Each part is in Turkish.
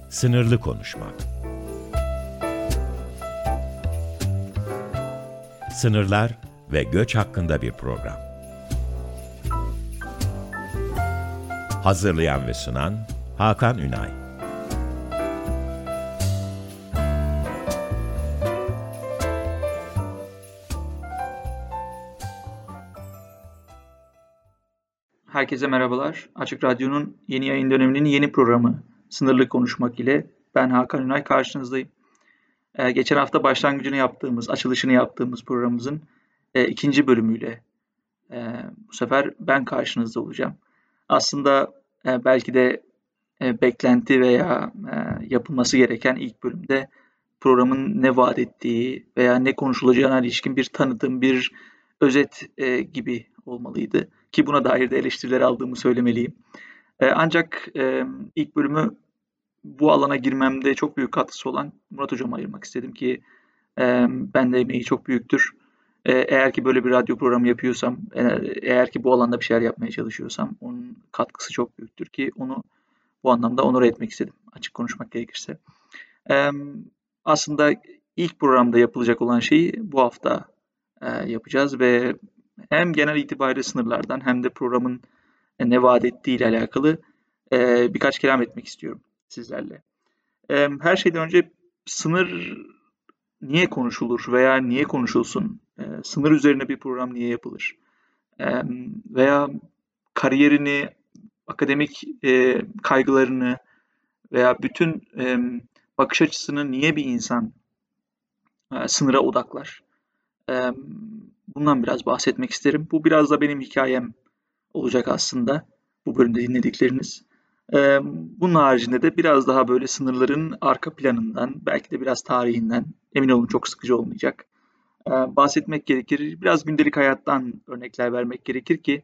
Sınırlı konuşmak. Sınırlar ve göç hakkında bir program. Hazırlayan ve sunan Hakan Ünay. Herkese merhabalar. Açık Radyo'nun yeni yayın döneminin yeni programı Sınırlı Konuşmak ile ben Hakan Ünay karşınızdayım. Geçen hafta açılışını yaptığımız programımızın ikinci bölümüyle bu sefer ben karşınızda olacağım. Aslında belki de beklenti veya yapılması gereken ilk bölümde programın ne vaat ettiği veya ne konuşulacağına ilişkin bir tanıtım, bir özet gibi olmalıydı. Ki buna dair de eleştiriler aldığımı söylemeliyim. Ancak ilk bölümü bu alana girmemde çok büyük katkısı olan Murat Hocam'a ayırmak istedim ki ben de emeği çok büyüktür. Eğer ki böyle bir radyo programı yapıyorsam, eğer ki bu alanda bir şeyler yapmaya çalışıyorsam onun katkısı çok büyüktür ki onu bu anlamda onur etmek istedim açık konuşmak gerekirse. Aslında ilk programda yapılacak olan şeyi bu hafta yapacağız ve hem genel itibariyle sınırlardan hem de programın ne vaat ettiği ile alakalı birkaç kelam etmek istiyorum sizlerle. Her şeyden önce sınır niye konuşulur veya niye konuşulsun? Sınır üzerine bir program niye yapılır? Veya kariyerini, akademik kaygılarını veya bütün bakış açısını niye bir insan sınıra odaklar? Bundan biraz bahsetmek isterim. Bu biraz da benim hikayem olacak aslında bu bölümde dinledikleriniz. Bunun haricinde de biraz daha böyle sınırların arka planından, belki de biraz tarihinden, emin olun çok sıkıcı olmayacak. Bahsetmek gerekir, biraz gündelik hayattan örnekler vermek gerekir ki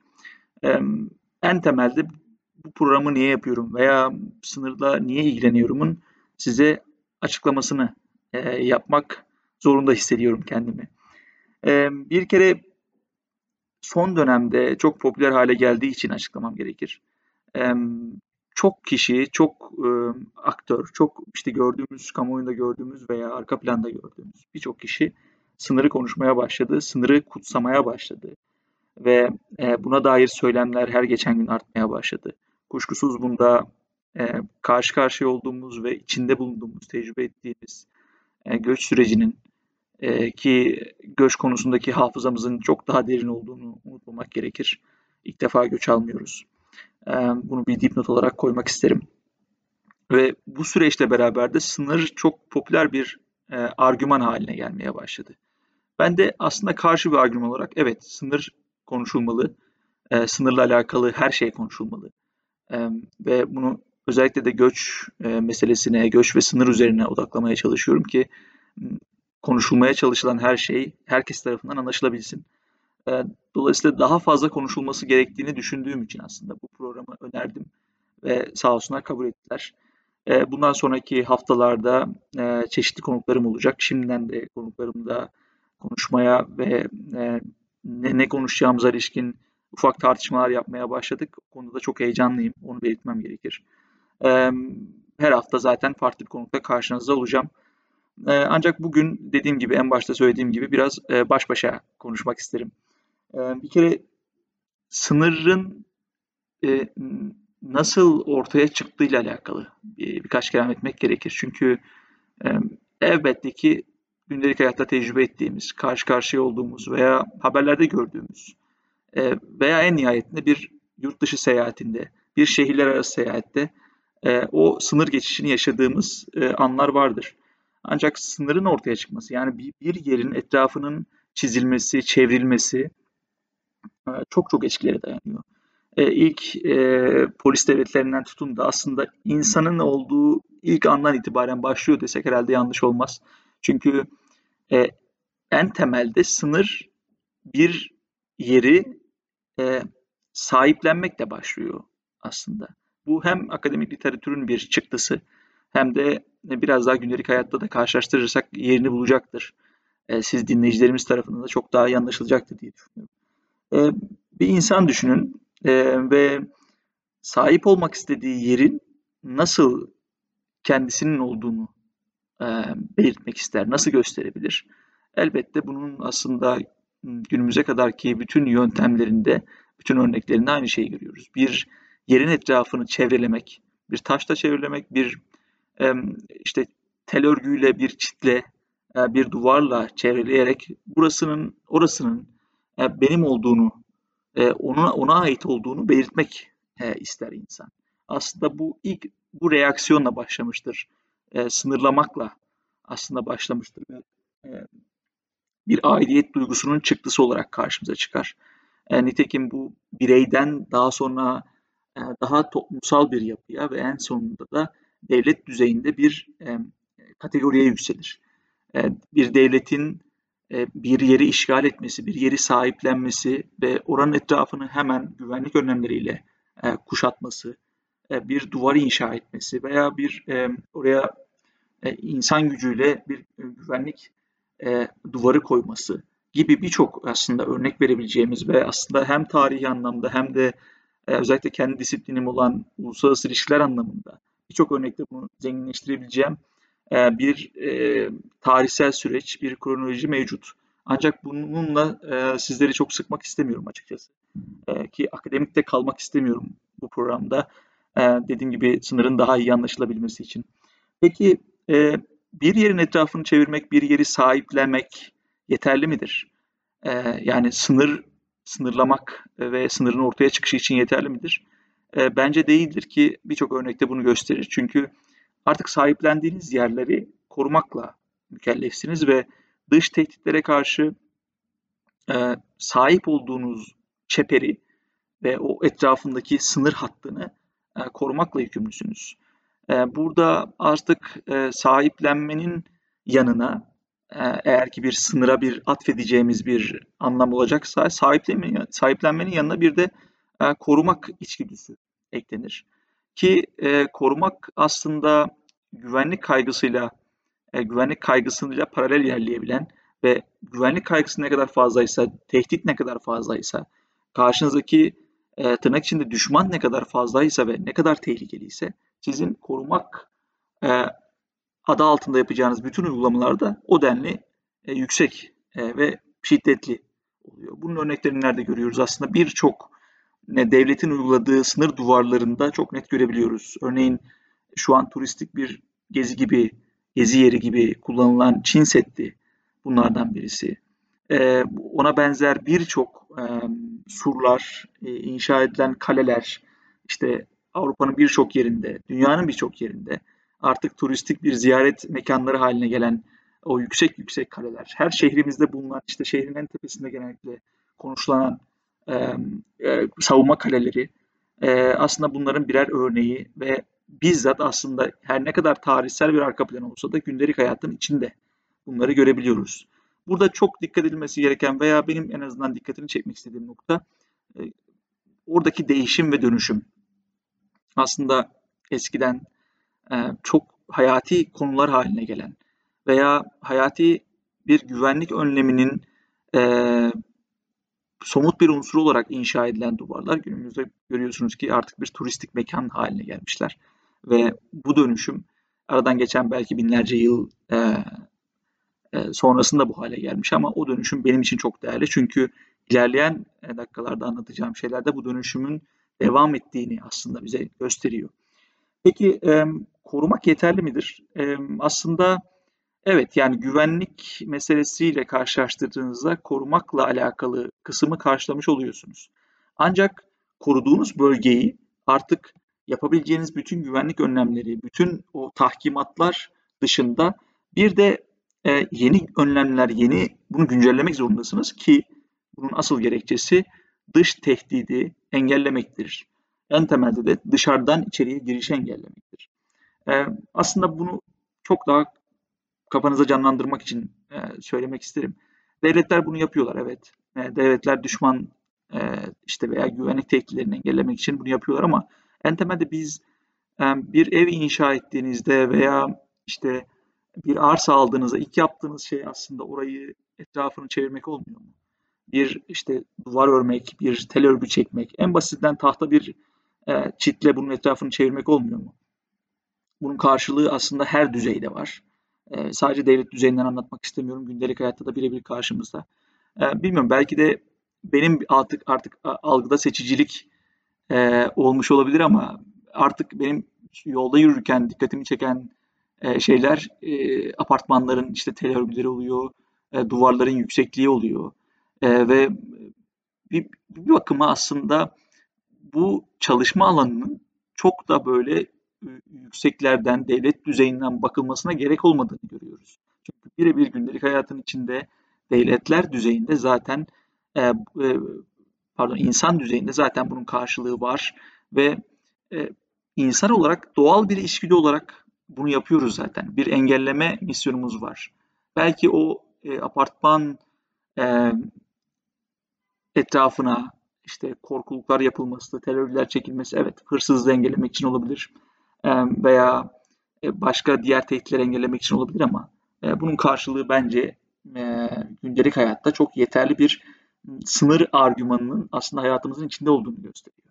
en temelde bu programı niye yapıyorum veya sınırla niye ilgileniyorumun size açıklamasını yapmak zorunda hissediyorum kendimi. Bir kere son dönemde çok popüler hale geldiği için açıklamam gerekir. Çok kişi, çok aktör, çok işte gördüğümüz, kamuoyunda gördüğümüz veya arka planda gördüğümüz birçok kişi sınırı konuşmaya başladı, sınırı kutsamaya başladı ve buna dair söylemler her geçen gün artmaya başladı. Kuşkusuz bunda karşı karşıya olduğumuz ve içinde bulunduğumuz, tecrübe ettiğimiz göç sürecinin ki göç konusundaki hafızamızın çok daha derin olduğunu unutmamak gerekir. İlk defa göç almıyoruz. Bunu bir dipnot olarak koymak isterim. Ve bu süreçle beraber de sınır çok popüler bir argüman haline gelmeye başladı. Ben de aslında karşı bir argüman olarak evet sınır konuşulmalı, sınırla alakalı her şey konuşulmalı. Ve bunu özellikle de göç meselesine, göç ve sınır üzerine odaklamaya çalışıyorum ki konuşulmaya çalışılan her şey herkes tarafından anlaşılabilsin. Dolayısıyla daha fazla konuşulması gerektiğini düşündüğüm için aslında bu programı önerdim ve sağ olsunlar kabul ettiler. Bundan sonraki haftalarda çeşitli konuklarım olacak. Şimdiden de konuklarımla konuşmaya ve ne konuşacağımıza ilişkin ufak tartışmalar yapmaya başladık. O konuda çok heyecanlıyım. Onu belirtmem gerekir. Her hafta zaten farklı bir konukla karşınızda olacağım. Ancak bugün dediğim gibi en başta söylediğim gibi biraz baş başa konuşmak isterim. Bir kere sınırın nasıl ortaya çıktığıyla alakalı birkaç kelam etmek gerekir. Çünkü elbette ki gündelik hayatta tecrübe ettiğimiz, karşı karşıya olduğumuz veya haberlerde gördüğümüz veya en nihayetinde bir yurt dışı seyahatinde, bir şehirler arası seyahatte o sınır geçişini yaşadığımız anlar vardır. Ancak sınırın ortaya çıkması yani bir yerin etrafının çizilmesi, çevrilmesi çok çok eskilere dayanıyor. İlk polis devletlerinden tutun da aslında insanın olduğu ilk andan itibaren başlıyor desek herhalde yanlış olmaz. Çünkü en temelde sınır bir yeri sahiplenmekle başlıyor aslında. Bu hem akademik literatürün bir çıktısı hem de biraz daha gündelik hayatta da karşılaştırırsak yerini bulacaktır. Siz dinleyicilerimiz tarafından da çok daha iyi anlaşılacaktır diye düşünüyorum. Bir insan düşünün ve sahip olmak istediği yerin nasıl kendisinin olduğunu belirtmek ister? Nasıl gösterebilir? Elbette bunun aslında günümüze kadarki bütün yöntemlerinde, bütün örneklerinde aynı şeyi görüyoruz. Bir yerin etrafını çevrelemek, bir taşla çevrelemek, bir işte tel örgüyle, bir çitle, bir duvarla çevreleyerek orasının benim olduğunu, ona ait olduğunu belirtmek ister insan. Aslında bu reaksiyonla başlamıştır. Sınırlamakla aslında başlamıştır ve e, bir aidiyet duygusunun çıktısı olarak karşımıza çıkar. Nitekim bu bireyden daha sonra daha toplumsal bir yapıya ve en sonunda da devlet düzeyinde bir kategoriye yükselir. Bir devletin bir yeri işgal etmesi, bir yeri sahiplenmesi ve oranın etrafını hemen güvenlik önlemleriyle kuşatması, bir duvar inşa etmesi veya oraya insan gücüyle bir güvenlik duvarı koyması gibi birçok aslında örnek verebileceğimiz ve aslında hem tarihi anlamda hem de özellikle kendi disiplinim olan uluslararası ilişkiler anlamında birçok örnekte bunu zenginleştirebileceğim bir tarihsel süreç, bir kronoloji mevcut. Ancak bununla sizleri çok sıkmak istemiyorum açıkçası. Ki akademikte kalmak istemiyorum bu programda. Dediğim gibi sınırın daha iyi anlaşılabilmesi için. Peki bir yerin etrafını çevirmek, bir yeri sahiplenmek yeterli midir? Yani sınırlamak ve sınırın ortaya çıkışı için yeterli midir? Bence değildir ki birçok örnekte bunu gösterir. Çünkü artık sahiplendiğiniz yerleri korumakla mükellefsiniz ve dış tehditlere karşı sahip olduğunuz çeperi ve o etrafındaki sınır hattını korumakla yükümlüsünüz. Burada artık sahiplenmenin yanına eğer ki bir sınıra bir atfedeceğimiz bir anlam olacaksa sahiplenmenin yanına bir de korumak içgüdüsü eklenir. Ki korumak aslında güvenlik kaygısıyla güvenlik kaygısıyla paralel ilerleyebilen ve güvenlik kaygısı ne kadar fazlaysa, tehdit ne kadar fazlaysa, karşınızdaki tırnak içinde düşman ne kadar fazlaysa ve ne kadar tehlikeliyse sizin korumak e, adı altında yapacağınız bütün uygulamalarda o denli yüksek ve şiddetli oluyor. Bunun örneklerini nerede görüyoruz? Aslında birçok devletin uyguladığı sınır duvarlarında çok net görebiliyoruz. Örneğin şu an turistik bir gezi yeri gibi kullanılan Çin Seddi bunlardan birisi. Ona benzer birçok surlar, inşa edilen kaleler, işte Avrupa'nın birçok yerinde, dünyanın birçok yerinde artık turistik bir ziyaret mekanları haline gelen o yüksek yüksek kaleler. Her şehrimizde bulunan, işte şehrin en tepesinde genellikle konuşulan savunma kaleleri aslında bunların birer örneği ve bizzat aslında her ne kadar tarihsel bir arka plan olsa da gündelik hayatın içinde bunları görebiliyoruz. Burada çok dikkat edilmesi gereken veya benim en azından dikkatini çekmek istediğim nokta e, oradaki değişim ve dönüşüm. Aslında eskiden çok hayati konular haline gelen veya hayati bir güvenlik önleminin e, somut bir unsur olarak inşa edilen duvarlar günümüzde görüyorsunuz ki artık bir turistik mekan haline gelmişler. Ve bu dönüşüm aradan geçen belki binlerce yıl sonrasında bu hale gelmiş ama o dönüşüm benim için çok değerli. Çünkü ilerleyen dakikalarda anlatacağım şeylerde bu dönüşümün devam ettiğini aslında bize gösteriyor. Peki korumak yeterli midir? Aslında evet, yani güvenlik meselesiyle karşılaştırdığınızda korumakla alakalı kısmı karşılamış oluyorsunuz. Ancak koruduğunuz bölgeyi artık yapabileceğiniz bütün güvenlik önlemleri, bütün o tahkimatlar dışında bir de yeni önlemler, bunu güncellemek zorundasınız ki bunun asıl gerekçesi dış tehdidi engellemektir. En temelde de dışarıdan içeriye girişi engellemektir. Aslında bunu çok daha kafanıza canlandırmak için söylemek isterim. Devletler bunu yapıyorlar, evet. Devletler düşman işte veya güvenlik tehditlerini engellemek için bunu yapıyorlar ama en temelde biz bir ev inşa ettiğinizde veya işte bir arsa aldığınızda ilk yaptığınız şey aslında orayı etrafını çevirmek olmuyor mu? Bir işte duvar örmek, bir tel örgü çekmek, en basitinden tahta bir çitle bunun etrafını çevirmek olmuyor mu? bunun karşılığı aslında her düzeyde var. Sadece devlet düzeyinden anlatmak istemiyorum. Gündelik hayatta da birebir karşımızda. Bilmiyorum, belki de benim artık algıda seçicilik olmuş olabilir ama artık benim yolda yürürken dikkatimi çeken şeyler apartmanların işte tel örgüleri oluyor, duvarların yüksekliği oluyor. Ve bir bakıma aslında bu çalışma alanının çok da böyle yükseklerden, devlet düzeyinden bakılmasına gerek olmadığını görüyoruz. Çünkü birebir gündelik hayatın içinde devletler düzeyinde zaten e, e, insan düzeyinde zaten bunun karşılığı var ve e, insan olarak doğal bir içgüdü olarak bunu yapıyoruz zaten. Bir engelleme misyonumuz var. Belki o apartman e, etrafına işte korkuluklar yapılması, terörler çekilmesi, evet, hırsızlığı engellemek için olabilir. Veya başka diğer tehditleri engellemek için olabilir ama bunun karşılığı bence gündelik hayatta çok yeterli bir sınır argümanının aslında hayatımızın içinde olduğunu gösteriyor.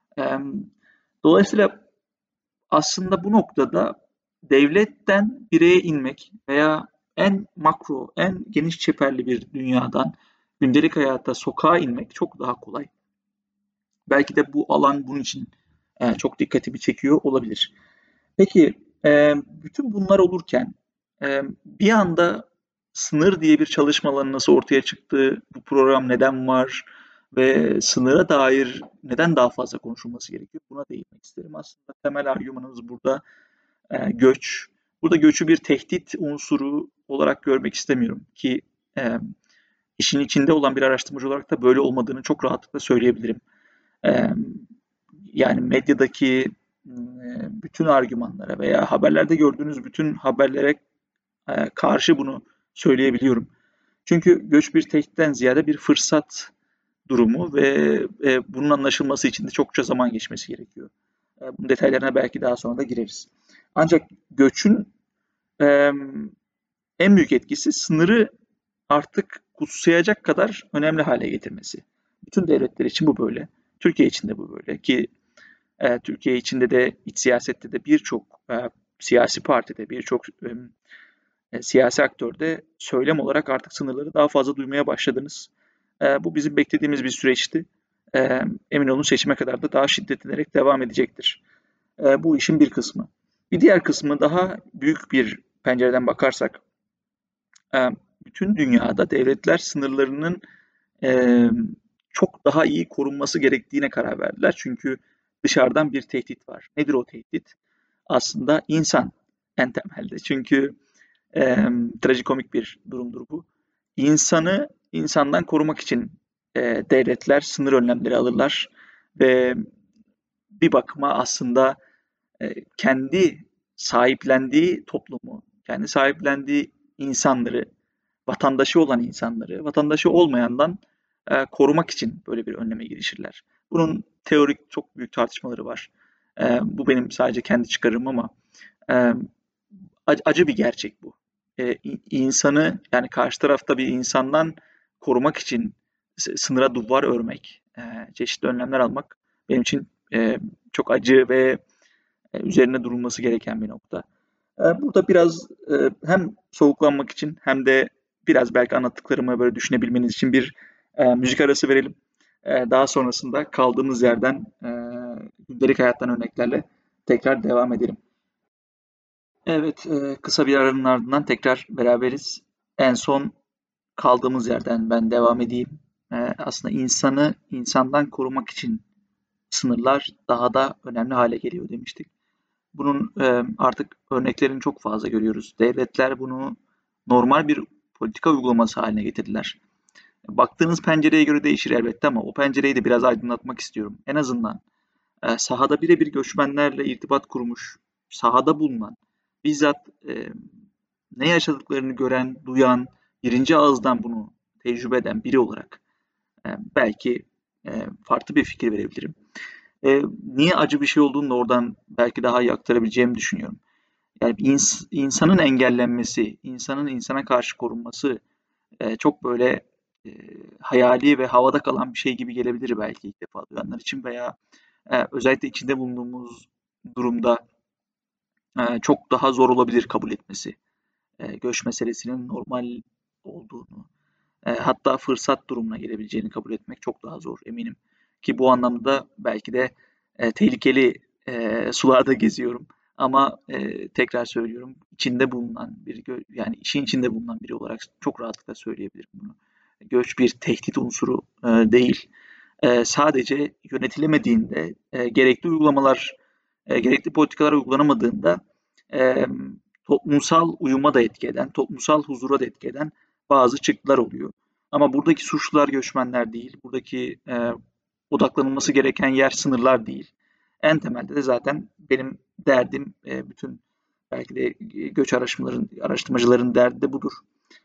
Dolayısıyla aslında bu noktada devletten bireye inmek veya en makro, en geniş çeperli bir dünyadan gündelik hayata, sokağa inmek çok daha kolay. Belki de bu alan bunun için çok dikkatimi çekiyor olabilir. Peki, bütün bunlar olurken bir anda sınır diye bir çalışma alanı nasıl ortaya çıktı? Bu program neden var? Ve sınıra dair neden daha fazla konuşulması gerekiyor? Buna değinmek isterim. Aslında temel argümanımız burada göç. Burada göçü bir tehdit unsuru olarak görmek istemiyorum ki e, işin içinde olan bir araştırmacı olarak da böyle olmadığını çok rahatlıkla söyleyebilirim. E, Yani medyadaki bütün argümanlara veya haberlerde gördüğünüz bütün haberlere karşı bunu söyleyebiliyorum. Çünkü göç bir tehditten ziyade bir fırsat durumu ve bunun anlaşılması için de çokça zaman geçmesi gerekiyor. Bunun detaylarına belki daha sonra da gireriz. Ancak göçün e, en büyük etkisi sınırı artık kutsayacak kadar önemli hale getirmesi. Bütün devletler için bu böyle. Türkiye için de bu böyle ki Türkiye içinde de iç siyasette de birçok siyasi partide, birçok siyasi aktörde söylem olarak artık sınırları daha fazla duymaya başladınız. Bu bizim beklediğimiz bir süreçti. Emin olun seçime kadar da daha şiddetlenerek devam edecektir. Bu işin bir kısmı. Bir diğer kısmı daha büyük bir pencereden bakarsak, e, bütün dünyada devletler sınırlarının e, çok daha iyi korunması gerektiğine karar verdiler. Çünkü dışarıdan bir tehdit var. Nedir o tehdit? Aslında insan en temelde. Çünkü trajikomik bir durumdur bu. İnsanı insandan korumak için devletler sınır önlemleri alırlar ve bir bakıma aslında kendi sahiplendiği toplumu, kendi sahiplendiği insanları, vatandaşı olan insanları, vatandaşı olmayandan korumak için böyle bir önleme girişirler. Bunun teorik çok büyük tartışmaları var. Bu benim sadece kendi çıkarım ama e, acı bir gerçek bu. İnsanı yani karşı tarafta bir insandan korumak için sınıra duvar örmek, çeşitli önlemler almak benim için çok acı ve üzerine durulması gereken bir nokta. Burada biraz hem soluklanmak için hem de biraz belki anlattıklarımı böyle düşünebilmeniz için bir müzik arası verelim. Daha sonrasında kaldığımız yerden gündelik hayattan örneklerle tekrar devam edelim. Evet, kısa bir aranın ardından tekrar beraberiz. En son kaldığımız yerden ben devam edeyim. Aslında insanı insandan korumak için sınırlar daha da önemli hale geliyor demiştik. Bunun artık örneklerini çok fazla görüyoruz. Devletler bunu normal bir politika uygulaması haline getirdiler. Baktığınız pencereye göre değişir elbette ama o pencereyi de biraz aydınlatmak istiyorum. En azından sahada birebir göçmenlerle irtibat kurmuş, sahada bulunan, bizzat ne yaşadıklarını gören, duyan, birinci ağızdan bunu tecrübe eden biri olarak belki farklı bir fikir verebilirim. Niye acı bir şey olduğunu da oradan belki daha iyi aktarabileceğimi düşünüyorum. Yani insanın engellenmesi, insanın insana karşı korunması çok böyle hayali ve havada kalan bir şey gibi gelebilir belki ilk defa duyanlar için veya özellikle içinde bulunduğumuz durumda çok daha zor olabilir kabul etmesi. Göç meselesinin normal olduğunu, hatta fırsat durumuna gelebileceğini kabul etmek çok daha zor eminim. Ki bu anlamda belki de tehlikeli sularda geziyorum. Ama tekrar söylüyorum, içinde bulunan yani işin içinde bulunan biri olarak çok rahatlıkla söyleyebilirim bunu. Göç bir tehdit unsuru değil. Sadece yönetilemediğinde, gerekli uygulamalar, gerekli politikalar uygulanamadığında toplumsal uyuma da etki eden, toplumsal huzura da etki eden bazı çıktılar oluyor. Ama buradaki suçlular göçmenler değil, buradaki odaklanılması gereken yer sınırlar değil. En temelde de zaten benim derdim, bütün belki de göç araştırmacıların derdi de budur.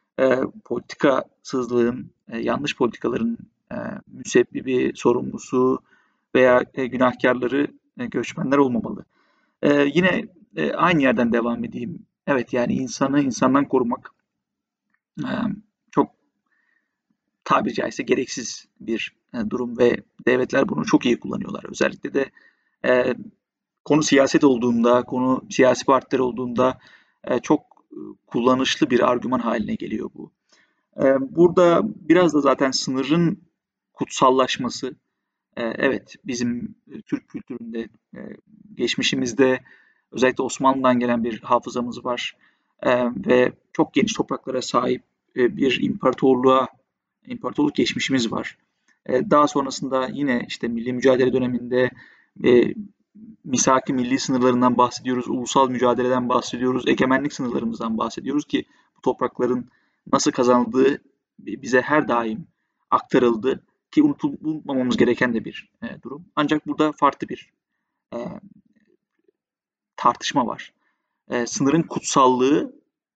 Politikasızlığın, yanlış politikaların müsebbibi, sorumlusu veya günahkarları göçmenler olmamalı. Yine aynı yerden devam edeyim. Evet, yani insanı insandan korumak e, çok tabiri caizse gereksiz bir durum ve devletler bunu çok iyi kullanıyorlar. Özellikle de e, konu siyaset olduğunda, konu siyasi partiler olduğunda çok kullanışlı bir argüman haline geliyor bu. Burada biraz da zaten sınırın kutsallaşması, evet bizim Türk kültüründe, geçmişimizde özellikle Osmanlı'dan gelen bir hafızamız var. Ve çok geniş topraklara sahip bir imparatorluk geçmişimiz var. Daha sonrasında yine işte milli mücadele döneminde e, misak-ı milli sınırlarından bahsediyoruz, ulusal mücadeleden bahsediyoruz, egemenlik sınırlarımızdan bahsediyoruz ki bu toprakların nasıl kazanıldığı bize her daim aktarıldı ki unutmamamız gereken de bir durum. Ancak burada farklı bir e, tartışma var. Sınırın kutsallığı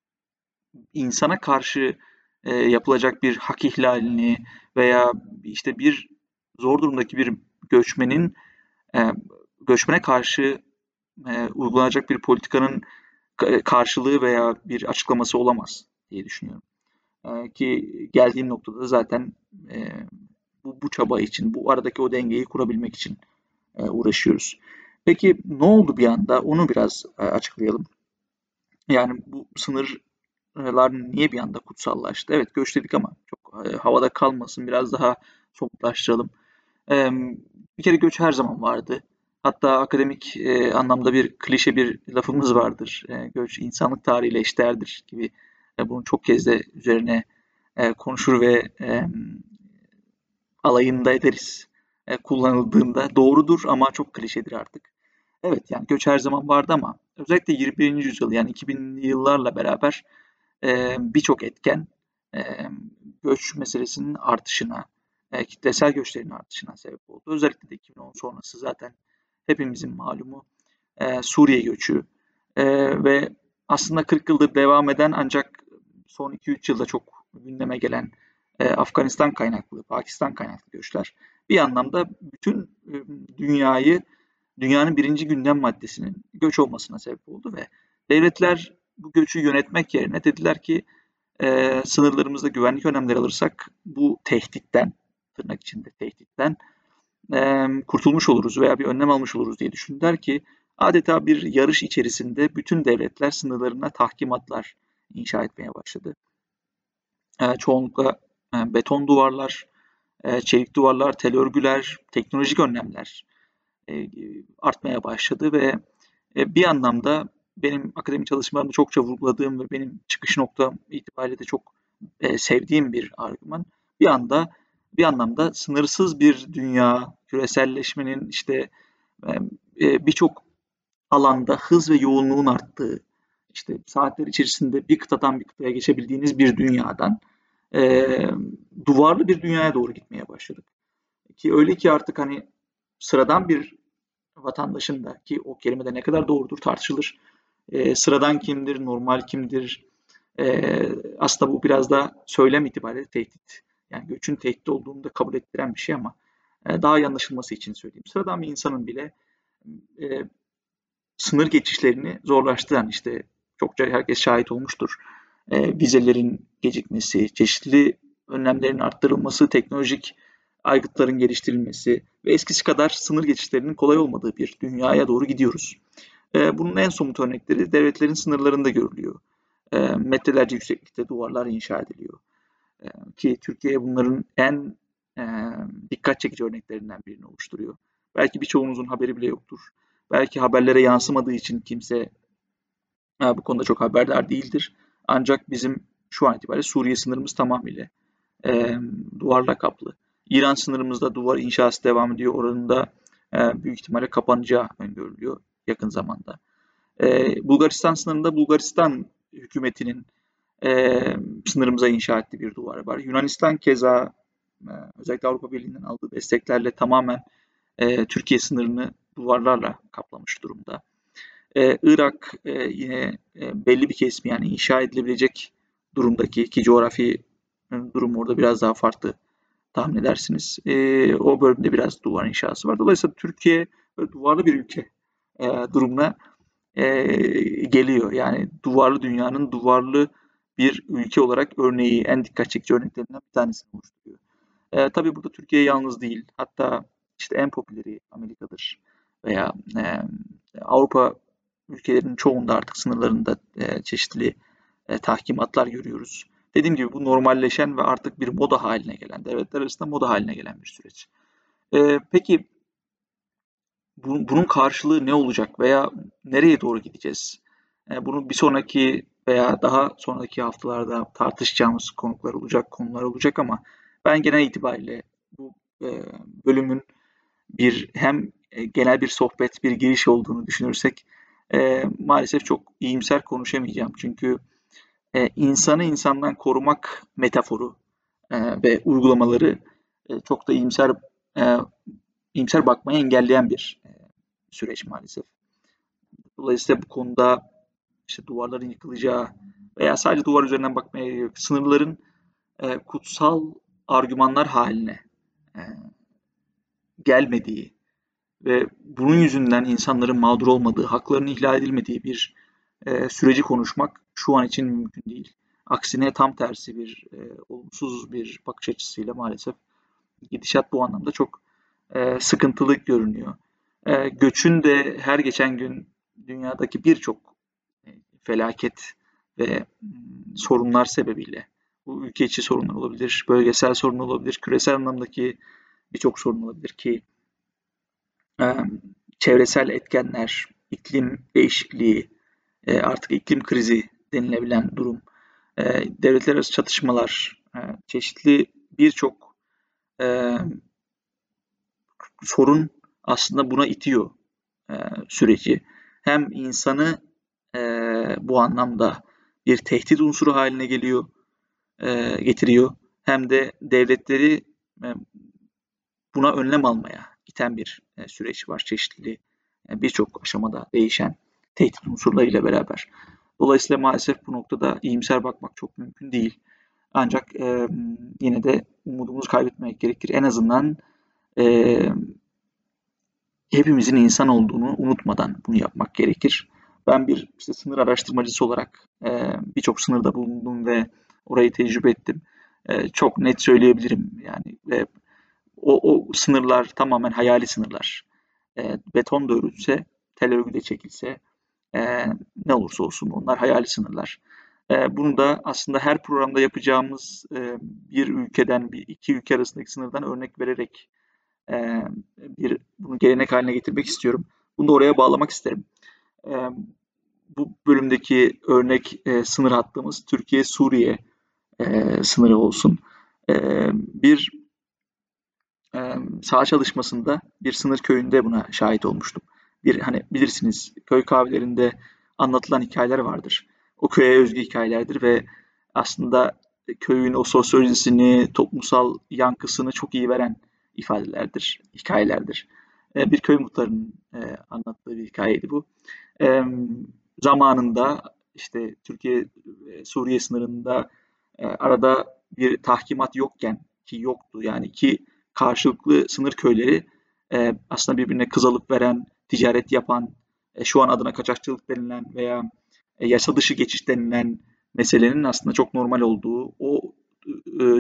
insana karşı yapılacak bir hak ihlalini veya işte bir zor durumdaki bir göçmenin e, göçmene karşı uygulanacak bir politikanın karşılığı veya bir açıklaması olamaz diye düşünüyorum. Ki geldiğim noktada zaten e, bu çaba için, bu aradaki o dengeyi kurabilmek için uğraşıyoruz. Peki ne oldu bir anda? Onu biraz açıklayalım. Yani bu sınırlar niye bir anda kutsallaştı? Evet göç dedik ama çok havada kalmasın. Biraz daha somutlaştıralım. Bir kere göç her zaman vardı. Hatta akademik anlamda bir klişe bir lafımız vardır. Göç insanlık tarihiyle eşdeğerdir gibi. Bunu çok kez de üzerine konuşur ve alayını da ederiz. Kullanıldığında doğrudur ama çok klişedir artık. Evet yani göç her zaman vardı ama özellikle 21. yüzyıl yani 2000'li yıllarla beraber birçok etken göç meselesinin artışına, kitlesel göçlerin artışına sebep oldu. Özellikle de 2010 sonrası zaten hepimizin malumu Suriye göçü ve aslında 40 yıldır devam eden ancak son 2-3 yılda çok gündeme gelen Afganistan kaynaklı, Pakistan kaynaklı göçler bir anlamda bütün dünyanın birinci gündem maddesinin göç olmasına sebep oldu ve devletler bu göçü yönetmek yerine dediler ki sınırlarımızda güvenlik önlemleri alırsak bu tehditten, tırnak içinde tehditten kurtulmuş oluruz veya bir önlem almış oluruz diye düşündüler ki adeta bir yarış içerisinde bütün devletler sınırlarına tahkimatlar inşa etmeye başladı. Çoğunlukla beton duvarlar, çelik duvarlar, tel örgüler, teknolojik önlemler artmaya başladı ve bir anlamda benim akademik çalışmalarımda çokça vurguladığım ve benim çıkış noktam itibariyle de çok sevdiğim bir argüman. Bir anda bir anlamda sınırsız bir dünya, küreselleşmenin işte birçok alanda hız ve yoğunluğun arttığı, işte saatler içerisinde bir kıtadan bir kıtaya geçebildiğiniz bir dünyadan e, duvarlı bir dünyaya doğru gitmeye başladık. Ki öyle ki artık hani sıradan bir vatandaşın da ki o kelime de ne kadar doğrudur tartışılır. Sıradan kimdir, normal kimdir? Aslında bu biraz da söylem itibariyle tehdit. Yani göçün tehdit olduğunu da kabul ettiren bir şey ama daha iyi anlaşılması için söyleyeyim. Sıradan bir insanın bile e, sınır geçişlerini zorlaştıran işte çokça herkes şahit olmuştur. Vizelerin gecikmesi, çeşitli önlemlerin arttırılması, teknolojik aygıtların geliştirilmesi ve eskisi kadar sınır geçişlerinin kolay olmadığı bir dünyaya doğru gidiyoruz. Bunun en somut örnekleri devletlerin sınırlarında görülüyor. Metrelerce yükseklikte duvarlar inşa ediliyor. Ki Türkiye bunların en dikkat çekici örneklerinden birini oluşturuyor. Belki birçoğunuzun haberi bile yoktur. Belki haberlere yansımadığı için kimse bu konuda çok haberdar değildir. Ancak bizim şu an itibariyle Suriye sınırımız tamamıyla duvarla kaplı. İran sınırımızda duvar inşası devam ediyor. Oranın da büyük ihtimalle kapanacağı öngörülüyor yakın zamanda. Bulgaristan sınırında Bulgaristan hükümetinin sınırımıza inşa ettiği bir duvar var. Yunanistan keza özellikle Avrupa Birliği'nden aldığı desteklerle tamamen Türkiye sınırını duvarlarla kaplamış durumda. Irak yine belli bir kesimi yani inşa edilebilecek durumdaki ki coğrafi durum orada biraz daha farklı tahmin edersiniz. O bölümde biraz duvar inşası var. Dolayısıyla Türkiye duvarlı bir ülke durumuna geliyor. Yani duvarlı dünyanın duvarlı bir ülke olarak örneği en dikkat çekici örneklerinden bir tanesini oluşturuyor. Tabii burada Türkiye yalnız değil. Hatta işte en popüleri Amerika'dır veya Avrupa ülkelerinin çoğunda artık sınırlarında çeşitli tahkimatlar görüyoruz. Dediğim gibi bu normalleşen ve artık bir moda haline gelen, devletler arasında moda haline gelen bir süreç. Peki bunun karşılığı ne olacak veya nereye doğru gideceğiz? Bunu bir sonraki veya daha sonraki haftalarda tartışacağımız konular olacak ama ben genel itibariyle bu bölümün hem genel bir sohbet, bir giriş olduğunu düşünürsek maalesef çok iyimser konuşamayacağım. Çünkü insanı insandan korumak metaforu ve uygulamaları çok da iyimser bakmayı engelleyen bir süreç maalesef. Dolayısıyla bu konuda işte duvarların yıkılacağı veya sadece duvar üzerinden bakmaya gerek yok. Sınırların kutsal argümanlar haline gelmediği ve bunun yüzünden insanların mağdur olmadığı, haklarının ihlal edilmediği bir süreci konuşmak şu an için mümkün değil. Aksine tam tersi bir olumsuz bir bakış açısıyla maalesef gidişat bu anlamda çok sıkıntılı görünüyor. Göçün de her geçen gün dünyadaki birçok felaket ve sorunlar sebebiyle bu ülke içi sorunlar olabilir, bölgesel sorun olabilir, küresel anlamdaki birçok sorun olabilir ki çevresel etkenler, iklim değişikliği, artık iklim krizi denilebilen durum, devletler arası çatışmalar, çeşitli birçok sorun aslında buna itiyor süreci. Hem insanı bu anlamda bir tehdit unsuru haline getiriyor. Hem de devletleri buna önlem almaya iten bir süreç var. Çeşitli birçok aşamada değişen tehdit unsurlarıyla beraber. Dolayısıyla maalesef bu noktada iyimser bakmak çok mümkün değil. Ancak yine de umudumuzu kaybetmemek gerekir. En azından hepimizin insan olduğunu unutmadan bunu yapmak gerekir. Ben bir sınır araştırmacısı olarak birçok sınırda bulundum ve orayı tecrübe ettim. Çok net söyleyebilirim yani ve o sınırlar tamamen hayali sınırlar. Beton da örülse, tel örgü de çekilse ne olursa olsun onlar hayali sınırlar. Bunu da aslında her programda yapacağımız bir ülkeden, iki ülke arasındaki sınırdan örnek vererek bunu gelenek haline getirmek istiyorum. Bunu da oraya bağlamak isterim. Bu bölümdeki örnek sınır hattımız Türkiye-Suriye sınırı olsun. Bir saha çalışmasında bir sınır köyünde buna şahit olmuştum. Hani bilirsiniz köy kahvelerinde anlatılan hikayeler vardır. O köye özgü hikayelerdir ve aslında köyün o sosyolojisini, toplumsal yankısını çok iyi veren ifadelerdir, hikayelerdir. Bir köy muhtarının anlattığı bir hikayeydi bu. Zamanında işte Türkiye-Suriye sınırında arada bir tahkimat yokken ki yoktu yani ki karşılıklı sınır köyleri aslında birbirine kız alıp veren, ticaret yapan, şu an adına kaçakçılık denilen veya yasa dışı geçiş denilen meselenin aslında çok normal olduğu, o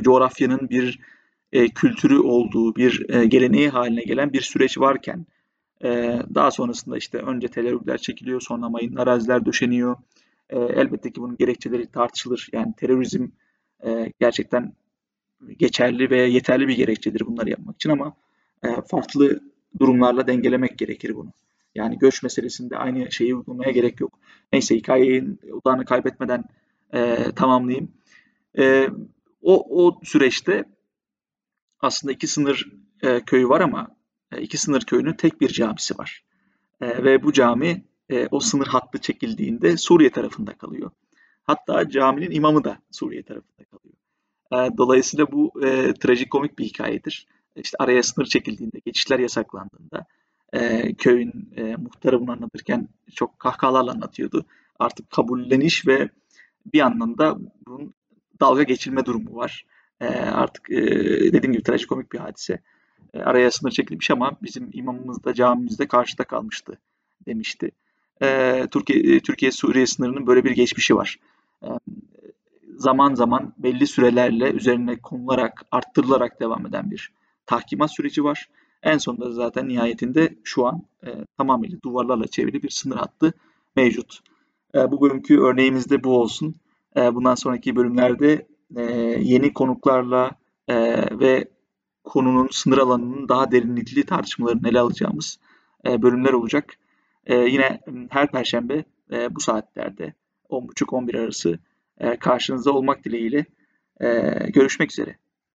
coğrafyanın bir kültürü olduğu, bir geleneği haline gelen bir süreç varken Daha sonrasında işte önce tel örgüler çekiliyor, sonra mayın araziler döşeniyor. Elbette ki bunun gerekçeleri tartışılır. Yani terörizm gerçekten geçerli ve yeterli bir gerekçedir bunları yapmak için ama farklı durumlarla dengelemek gerekir bunu. Yani göç meselesinde aynı şeyi uygulamaya gerek yok. Neyse hikayenin odağını kaybetmeden tamamlayayım. E, o süreçte aslında iki sınır köyü var ama iki sınır köyünün tek bir camisi var. Ve bu cami o sınır hattı çekildiğinde Suriye tarafında kalıyor. Hatta caminin imamı da Suriye tarafında kalıyor. Dolayısıyla bu trajikomik bir hikayedir. İşte araya sınır çekildiğinde, geçişler yasaklandığında köyün muhtarı bunu anlatırken çok kahkahalarla anlatıyordu. Artık kabulleniş ve bir yandan da bunun dalga geçilme durumu var. Artık dediğim gibi trajikomik bir hadise. Araya sınır çekilmiş ama bizim imamımız da camimiz de karşıda kalmıştı demişti. Türkiye-Suriye sınırının böyle bir geçmişi var. E, Zaman zaman belli sürelerle üzerine konularak, arttırılarak devam eden bir tahkimat süreci var. En sonunda zaten nihayetinde şu an tamamıyla duvarlarla çevrili bir sınır hattı mevcut. Bu bölümkü örneğimiz de bu olsun. Bundan sonraki bölümlerde e, yeni konuklarla ve konunun sınır alanının daha derinlikli tartışmalarını ele alacağımız bölümler olacak. Yine her Perşembe bu saatlerde 10.30-11 arası karşınızda olmak dileğiyle görüşmek üzere.